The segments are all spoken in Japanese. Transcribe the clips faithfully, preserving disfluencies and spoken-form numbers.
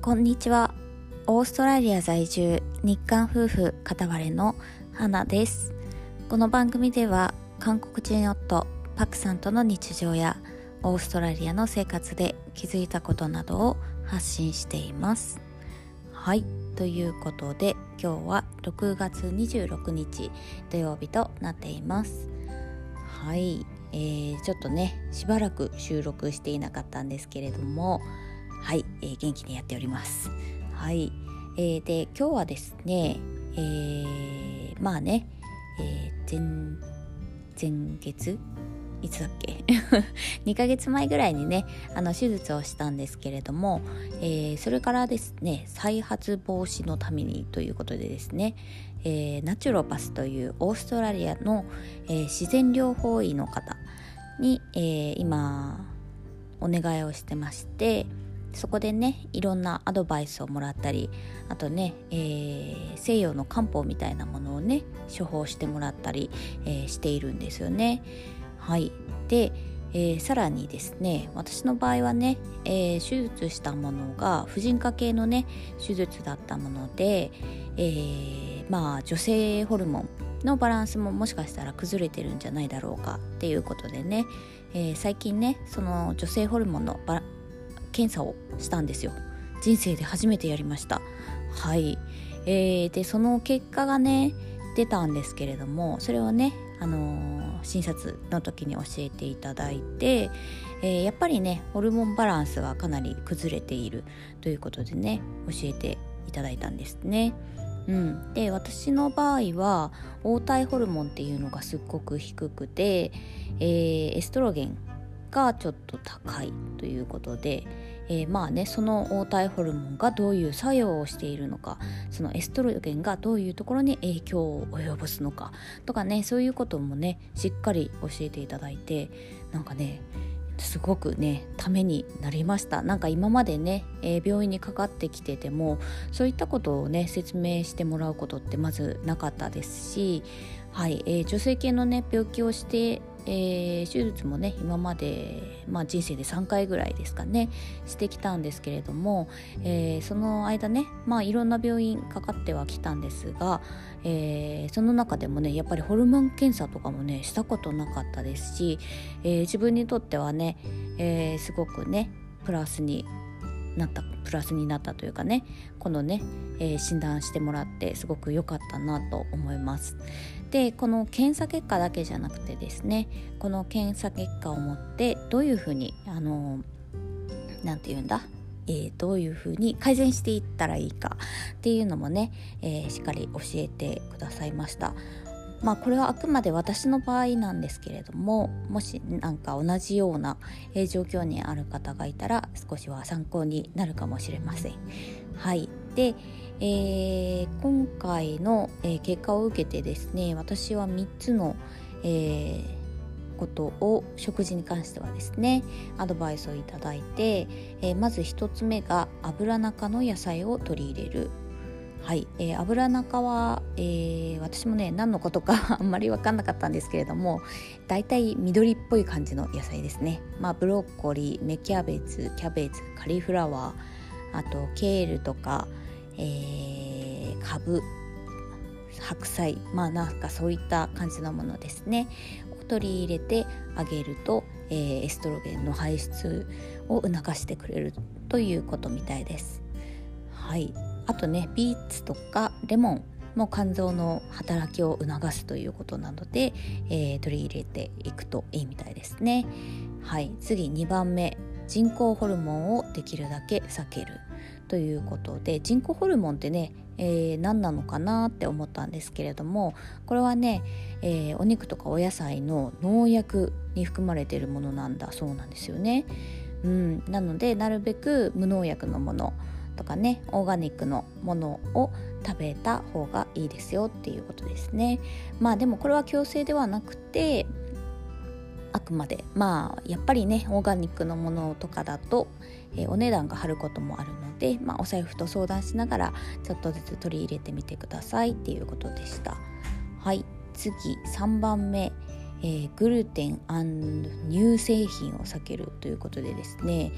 こんにちは。オーストラリア在住日韓夫婦片割れの花です。この番組では韓国人夫パクさんとの日常やオーストラリアの生活で気づいたことなどを発信しています。はい、ということで今日はろくがつにじゅうろくにち土曜日となっています。はい、えー、ちょっとねしばらく収録していなかったんですけれども、はい、えー、元気にやっております。はい、えー、で今日はですね、えー、まあね、えー、前前月いつだっけにかげつまえぐらいにねあの手術をしたんですけれども、えー、それからですね再発防止のためにということでですね、えー、ナチュロパスというオーストラリアの、えー、自然療法医の方に、えー、今お願いをしてまして、そこでねいろんなアドバイスをもらったり、あとね、えー、西洋の漢方みたいなものをね処方してもらったり、えー、しているんですよね。はい、で、えー、さらにですね私の場合はね、えー、手術したものが婦人科系のね手術だったもので、えー、まあ女性ホルモンのバランスももしかしたら崩れてるんじゃないだろうかっていうことでね、えー、最近ねその女性ホルモンのバ検査をしたんですよ。人生で初めてやりました。はい、えー、でその結果がね出たんですけれども、それをね、あのー、診察の時に教えていただいて、えー、やっぱりねホルモンバランスがかなり崩れているということでね教えていただいたんですね。うん、で私の場合は黄体ホルモンっていうのがすっごく低くて、えー、エストロゲンがちょっと高いということで、えー、まあねその黄体ホルモンがどういう作用をしているのか、そのエストロゲンがどういうところに影響を及ぼすのかとかね、そういうこともねしっかり教えていただいて、なんかねすごくねためになりました。なんか今までね、えー、病院にかかってきててもそういったことをね説明してもらうことってまずなかったですし、はい、えー、女性系のね病気をしてえー、手術もね今まで、まあ、人生でさんかいぐらいですかねしてきたんですけれども、えー、その間ね、まあ、いろんな病院かかってはきたんですが、えー、その中でもねやっぱりホルモン検査とかもねしたことなかったですし、えー、自分にとってはね、えー、すごくねプラスになったプラスになったというかね、このね、えー、診断してもらってすごく良かったなと思います。でこの検査結果だけじゃなくてですね、この検査結果をもってどういうふうにあのなんていうんだ、えー、どういうふうに改善していったらいいかっていうのもね、えー、しっかり教えてくださいました。まあこれはあくまで私の場合なんですけれども、もしなんか同じような、えー、状況にある方がいたら少しは参考になるかもしれません。はい、で、えー、今回の、えー、結果を受けてですね、私はみっつの、えー、ことを食事に関してはですねアドバイスをいただいて、えー、まずひとつめが油中の野菜を取り入れる。はい、えー、油中は、えー、私もね何のことかあんまり分かんなかったんですけれども、だいたい緑っぽい感じの野菜ですね。まあブロッコリー、芽キャベツ、キャベツ、カリフラワー、あとケールとか、えー、カブ、白菜、まあなんかそういった感じのものですねを取り入れてあげると、えー、エストロゲンの排出を促してくれるということみたいです。はい、あとねビーツとかレモンも肝臓の働きを促すということなので、えー、取り入れていくといいみたいですね。はい、次にばんめ、人工ホルモンをできるだけ避けるということで、人工ホルモンってね、えー、何なのかなって思ったんですけれども、これはね、えー、お肉とかお野菜の農薬に含まれているものなんだそうなんですよね。うん、なのでなるべく無農薬のものとかねオーガニックのものを食べた方がいいですよっていうことですね。まあでもこれは強制ではなくて、あくまでまあやっぱりねオーガニックのものとかだと、えー、お値段が張ることもあるので、まあ、お財布と相談しながらちょっとずつ取り入れてみてくださいっていうことでした。はい、次さんばんめ、えー、グルテン&乳製品を避けるということでですね、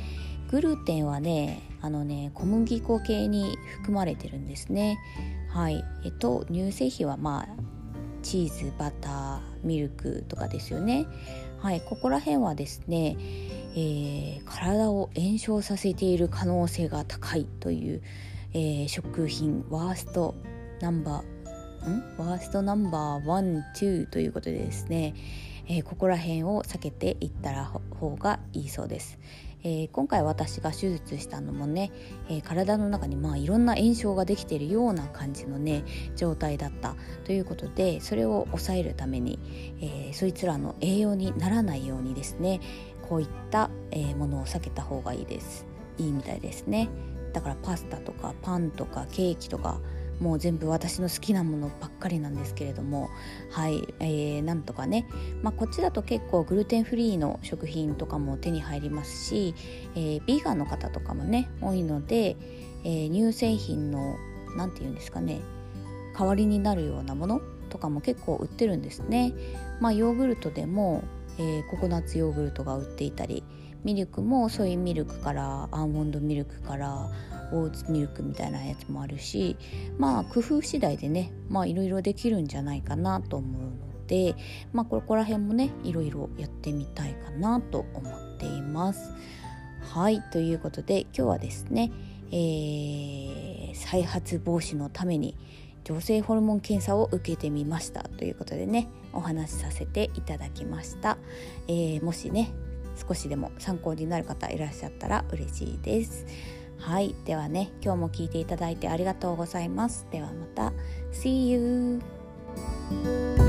グルテンはねあのね小麦粉系に含まれてるんですね。はい、えっと乳製品はまあチーズ、バター、ミルクとかですよね。はい、ここら辺はですね、えー、体を炎症させている可能性が高いという、えー、食品ワーストナンバーんワーストナンバーワン、ツーということでですね、えー、ここら辺を避けていったら方がいいそうです。えー、今回私が手術したのもね、えー、体の中にまあいろんな炎症ができているような感じのね状態だったということで、それを抑えるために、えー、そいつらの栄養にならないようにですね、こういった、えー、ものを避けた方がいいですいいみたいですね。だからパスタとかパンとかケーキとかもう全部私の好きなものばっかりなんですけれども、はい、えー、なんとかね、まあ、こっちだと結構グルテンフリーの食品とかも手に入りますし、えー、ビーガンの方とかもね多いので、えー、乳製品のなんていうんですかね、代わりになるようなものとかも結構売ってるんですね。まあ、ヨーグルトでも、えー、ココナッツヨーグルトが売っていたり、ミルクもソイミルクからアーモンドミルクからオーツミルクみたいなやつもあるし、まあ工夫次第でね、まあいろいろできるんじゃないかなと思うので、まあここら辺もねいろいろやってみたいかなと思っています。はい、ということで今日はですね、えー、再発防止のために女性ホルモン検査を受けてみましたということでねお話しさせていただきました。えー、もしね少しでも参考になる方いらっしゃったら嬉しいです。はい、ではね今日も聞いていただいてありがとうございます。ではまた See you